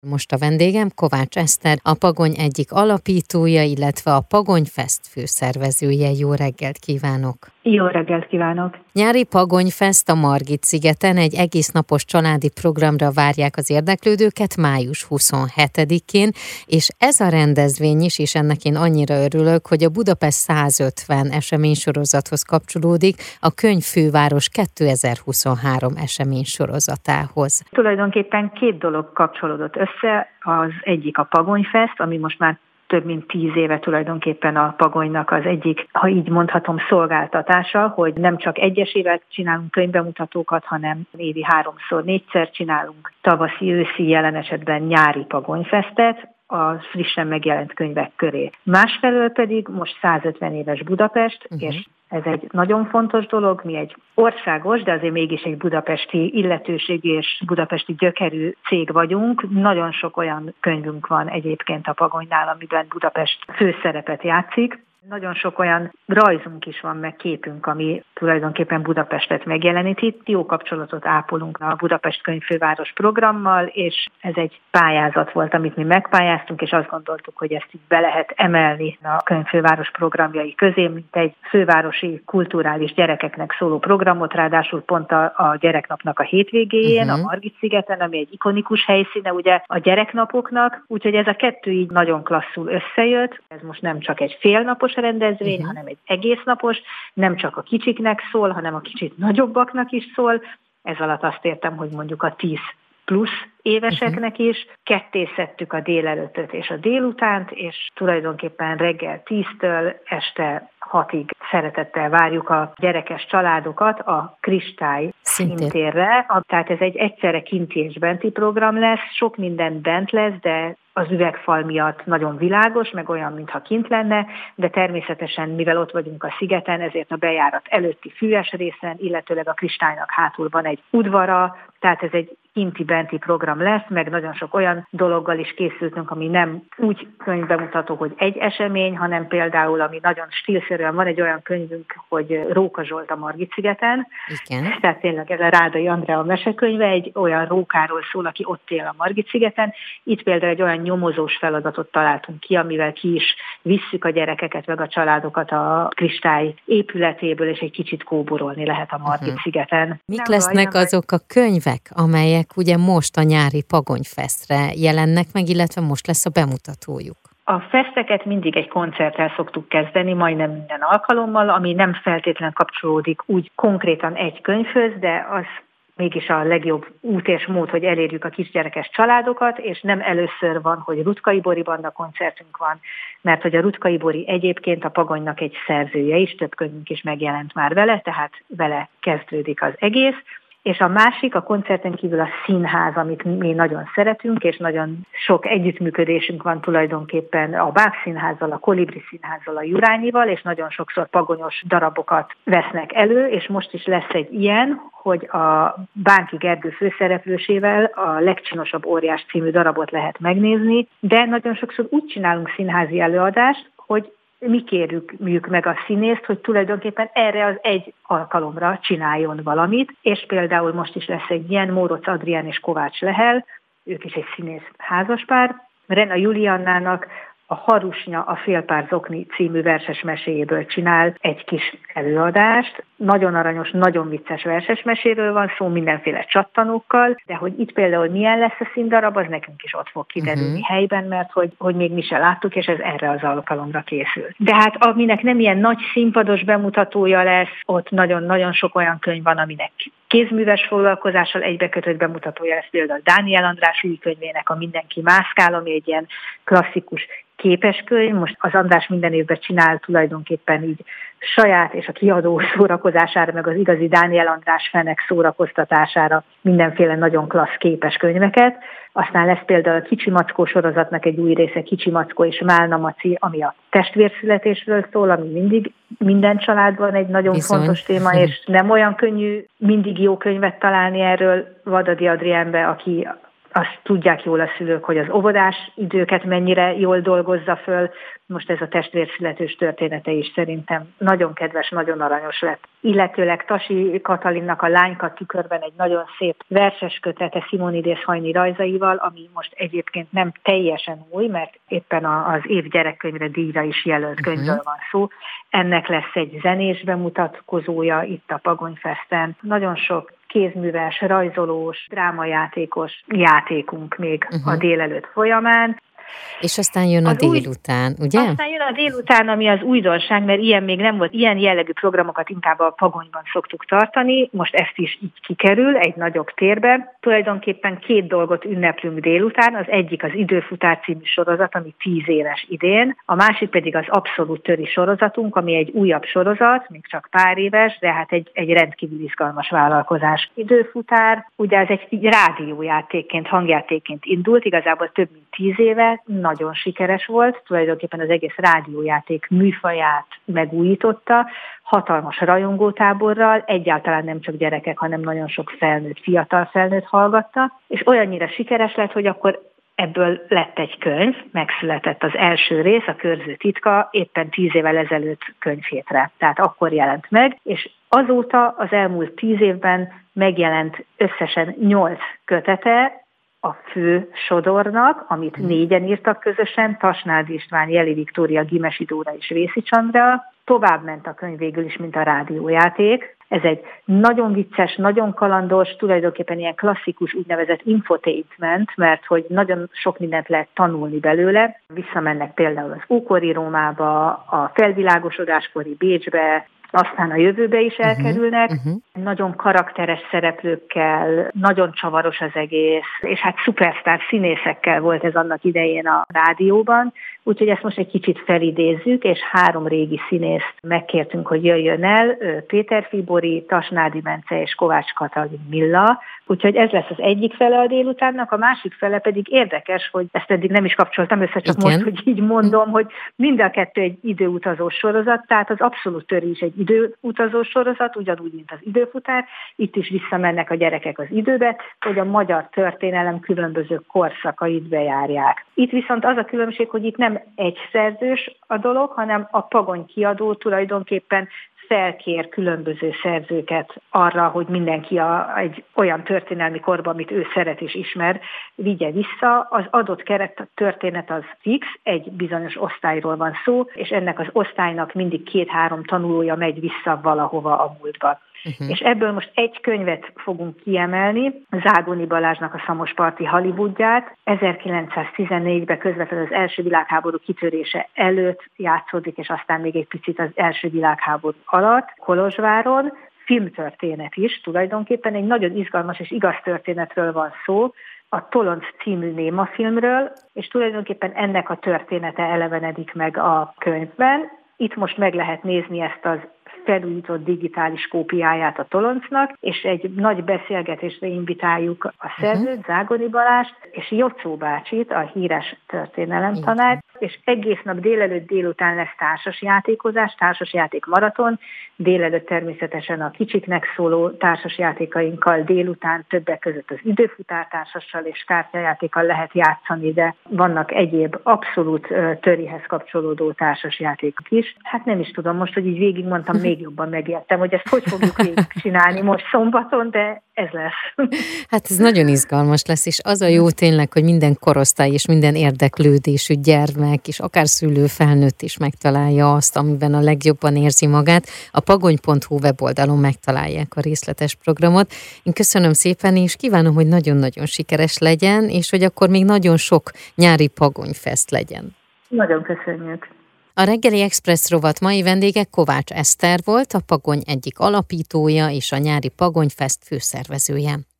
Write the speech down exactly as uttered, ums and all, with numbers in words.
Most a vendégem Kovács Eszter, a Pagony egyik alapítója, illetve a Pagonyfest főszervezője. Jó reggelt kívánok! Jó reggelt kívánok! Nyári Pagonyfest a Margit-szigeten egy egész napos családi programra várják az érdeklődőket május huszonhetedikén, és ez a rendezvény is, és ennek én annyira örülök, hogy a Budapest százötven eseménysorozathoz kapcsolódik, a Könyvfőváros kétezer-huszonhárom eseménysorozatához. Tulajdonképpen két dolog kapcsolódott össze, az egyik a Pagonyfest, ami most már több mint tíz éve tulajdonképpen a Pagonynak az egyik, ha így mondhatom, szolgáltatása, hogy nem csak egyesével csinálunk könyvbemutatókat, hanem évi háromszor, négyszer csinálunk tavaszi, őszi, jelen esetben nyári Pagonyfestet a frissen megjelent könyvek köré. Másfelől pedig most százötven éves Budapest, uh-huh. és ez egy nagyon fontos dolog, mi egy országos, de azért mégis egy budapesti illetőségű és budapesti gyökerű cég vagyunk. Nagyon sok olyan könyvünk van egyébként a Pagonynál, amiben Budapest főszerepet játszik. Nagyon sok olyan rajzunk is van, meg képünk, ami tulajdonképpen Budapestet megjeleníti. Jó kapcsolatot ápolunk a Budapest Könyvfőváros programmal, és ez egy pályázat volt, amit mi megpályáztunk, és azt gondoltuk, hogy ezt így be lehet emelni a Könyvfőváros programjai közé, mint egy fővárosi kulturális gyerekeknek szóló programot, ráadásul pont a, a gyereknapnak a hétvégéjén, uh-huh. a Margit-szigeten, ami egy ikonikus helyszíne ugye a gyereknapoknak, úgyhogy ez a kettő így nagyon klasszul összejött. Ez most nem csak egy félnapos rendezvény, uh-huh. hanem egy egész napos, nem csak a kicsiknek szól, hanem a kicsit nagyobbaknak is szól. Ez alatt azt értem, hogy mondjuk a tíz plusz éveseknek uh-huh. is. Ketté szedtük a délelőttöt és a délutánt, és tulajdonképpen reggel tíztől este hatig szeretettel várjuk a gyerekes családokat a Kristály szintérre. Tehát ez egy egyszerre kinti és benti program lesz, sok minden bent lesz, de az üvegfal miatt nagyon világos, meg olyan, mintha kint lenne, de természetesen, mivel ott vagyunk a szigeten, ezért a bejárat előtti füves részen, illetőleg a Kristálynak hátul van egy udvara, tehát ez egy kinti-benti program lesz, meg nagyon sok olyan dologgal is készültünk, ami nem úgy könyvbemutató, hogy egy esemény, hanem például, ami nagyon stílszerűen van, egy olyan könyvünk, hogy Róka Zsolt a Margit-szigeten. Igen. Tehát tényleg ez a Rádai Andrea mesekönyve, egy olyan rókáról szól, aki ott él a Margit-szigeten. Itt például egy olyan nyomozós feladatot találtunk ki, amivel ki is visszük a gyerekeket, meg a családokat a Kristály épületéből, és egy kicsit kóborolni lehet a Margit-szigeten. Uh-huh. Mik nem lesznek baj, azok a könyvek, amelyek ugye most a nyári Pagonyfestre jelennek meg, illetve most lesz a bemutatójuk? A festeket mindig egy koncerttel szoktuk kezdeni, majdnem minden alkalommal, ami nem feltétlenül kapcsolódik úgy konkrétan egy könyvhöz, de az mégis a legjobb út és mód, hogy elérjük a kisgyerekes családokat, és nem először van, hogy Rutkai Bori Banda koncertünk van, mert hogy a Rutkai Bori egyébként a Pagonynak egy szerzője is, több könyvünk is megjelent már vele, tehát vele kezdődik az egész. És a másik, a koncerten kívül a színház, amit mi nagyon szeretünk, és nagyon sok együttműködésünk van tulajdonképpen a Báb Színházzal, a Kolibri Színházzal, a Jurányival, és nagyon sokszor pagonyos darabokat vesznek elő, és most is lesz egy ilyen, hogy a Bánki Gergő főszereplősével a Legcsinosabb óriás című darabot lehet megnézni, de nagyon sokszor úgy csinálunk színházi előadást, hogy mi kérjük meg a színészt, hogy tulajdonképpen erre az egy alkalomra csináljon valamit, és például most is lesz egy ilyen, Mórocz Adrián és Kovács Lehel, ők is egy színész házaspár, Rena Juliannának a Harusnya a Félpár zokni című verses meséjéből csinál egy kis előadást. Nagyon aranyos, nagyon vicces verses meséről van szó, mindenféle csattanókkal, de hogy itt például milyen lesz a színdarab, az nekünk is ott fog kiderülni uh-huh. helyben, mert hogy, hogy még mi se láttuk, és ez erre az alkalomra készül. De hát aminek nem ilyen nagy színpados bemutatója lesz, ott nagyon-nagyon sok olyan könyv van, aminek kézműves foglalkozással egybekötött bemutatója lesz, például Dániel András új könyvének a Mindenki mászkál, ami egy ilyen klasszikus képeskönyv. Most az András minden évben csinál tulajdonképpen így saját és a kiadó szórakozására, meg az igazi Dániel András fenek szórakoztatására mindenféle nagyon klassz képeskönyveket. Aztán lesz például a Kicsi Mackó sorozatnak egy új része, Kicsi Mackó és Málna Maci, ami a testvérszületésről szól, ami mindig minden családban egy nagyon Bizony. fontos téma, és nem olyan könnyű mindig jó könyvet találni erről Vadadi Adriánbe, aki azt tudják jól a szülők, hogy az óvodás időket mennyire jól dolgozza föl. Most ez a testvérszületős története is szerintem nagyon kedves, nagyon aranyos lett. Illetőleg Tasi Katalinnak a Lányka tükörben egy nagyon szép verses kötete Simonidész Hajni rajzaival, ami most egyébként nem teljesen új, mert éppen az év gyerekkönyvre díjra is jelölt könyvről van szó. Ennek lesz egy zenés bemutatkozója itt a Pagonyfesten. Nagyon sok kézműves, rajzolós, drámajátékos játékunk még uh-huh. a délelőtt folyamán. És aztán jön a az délután, új... ugye? Aztán jön a délután, ami az újdonság, mert ilyen még nem volt, ilyen jellegű programokat inkább a Pagonyban szoktuk tartani, most ezt is így kikerül egy nagyobb térbe. Tulajdonképpen két dolgot ünneplünk délután, az egyik az Időfutár című sorozat, ami tíz éves idén, a másik pedig az Abszolút Töri sorozatunk, ami egy újabb sorozat, még csak pár éves, de hát egy, egy rendkívül izgalmas vállalkozás. Időfutár, ugye ez egy rádiójátékként, hangjátékként indult, igazából több mint tíz éve, nagyon sikeres volt, tulajdonképpen az egész rádiójáték műfaját megújította, hatalmas rajongótáborral, egyáltalán nem csak gyerekek, hanem nagyon sok felnőtt, fiatal felnőtt hallgatta, és olyannyira sikeres lett, hogy akkor ebből lett egy könyv, megszületett az első rész, a Körző titka, éppen tíz évvel ezelőtt könyvhétre, tehát akkor jelent meg, és azóta az elmúlt tíz évben megjelent összesen nyolc kötete, a fő sodornak, amit négyen írtak közösen, Tasnádi István, Jeli Viktória, Gimesi Dóra és Vészi Csandra. Tovább ment a könyv végül is, mint a rádiójáték. Ez egy nagyon vicces, nagyon kalandos, tulajdonképpen ilyen klasszikus úgynevezett infotainment, mert hogy nagyon sok mindent lehet tanulni belőle. Visszamennek például az ókori Rómába, a felvilágosodáskori Bécsbe, aztán a jövőbe is elkerülnek, uh-huh, uh-huh. Nagyon karakteres szereplőkkel, nagyon csavaros az egész, és hát szupersztár színészekkel volt ez annak idején a rádióban, úgyhogy ezt most egy kicsit felidézzük, és három régi színészt megkértünk, hogy jöjjön el, Péter Fibori, Tasnádi Bence és Kovács Katalin Milla, úgyhogy ez lesz az egyik fele a délutánnak, a másik fele pedig érdekes, hogy ezt eddig nem is kapcsoltam össze, csak igen. Most, hogy így mondom, hogy mind a kettő egy időutazó sorozat, tehát az Abszolút Töri is egy időutazó sorozat, ugyanúgy, mint az Időfutár, itt is visszamennek a gyerekek az időbe, hogy a magyar történelem különböző korszakait bejárják. Itt viszont az a különbség, hogy itt nem egy szerzős a dolog, hanem a Pagony kiadó tulajdonképpen felkér különböző szerzőket arra, hogy mindenki a, egy olyan történelmi korban, amit ő szeret és ismer, vigye vissza. Az adott keret történet az fix, egy bizonyos osztályról van szó, és ennek az osztálynak mindig két-három tanulója megy vissza valahova a múltba. Uh-huh. És ebből most egy könyvet fogunk kiemelni, Zágoni Balázsnak a Szamosparti Hollywoodját. ezerkilencszáztizennégyben közvetlenül az első világháború kitörése előtt játszódik, és aztán még egy picit az első világháború alatt Kolozsváron. Filmtörténet is, tulajdonképpen egy nagyon izgalmas és igaz történetről van szó, a Tolonc című némafilmről, és tulajdonképpen ennek a története elevenedik meg a könyvben. Itt most meg lehet nézni ezt az felújított digitális kópiáját a Toloncnak, és egy nagy beszélgetésre invitáljuk a szerzőt, uh-huh. Zágoni Balást, és Jocó bácsit, a híres történelemtanár, és egész nap délelőtt délután lesz társasjátékozás, társasjáték maraton, délelőtt természetesen a kicsiknek szóló társasjátékainkkal, délután többek között az Időfutár társassal és kártyajátékkal lehet játszani, de vannak egyéb abszolút törihez kapcsolódó társasjátékok is. Hát nem is tudom most, hogy így végigmondtam, még jobban megértem, hogy ezt hogy fogjuk végigcsinálni most szombaton, de ez lesz. Hát ez nagyon izgalmas lesz, és az a jó tényleg, hogy minden korosztály és minden érdeklődésű gyermek, és akár szülő, felnőtt is megtalálja azt, amiben a legjobban érzi magát. A pagony pont hu weboldalon megtalálják a részletes programot. Én köszönöm szépen, és kívánom, hogy nagyon-nagyon sikeres legyen, és hogy akkor még nagyon sok nyári Pagonyfest legyen. Nagyon köszönjük. A Reggeli Express rovat mai vendége Kovács Eszter volt, a Pagony egyik alapítója és a nyári Pagonyfest főszervezője.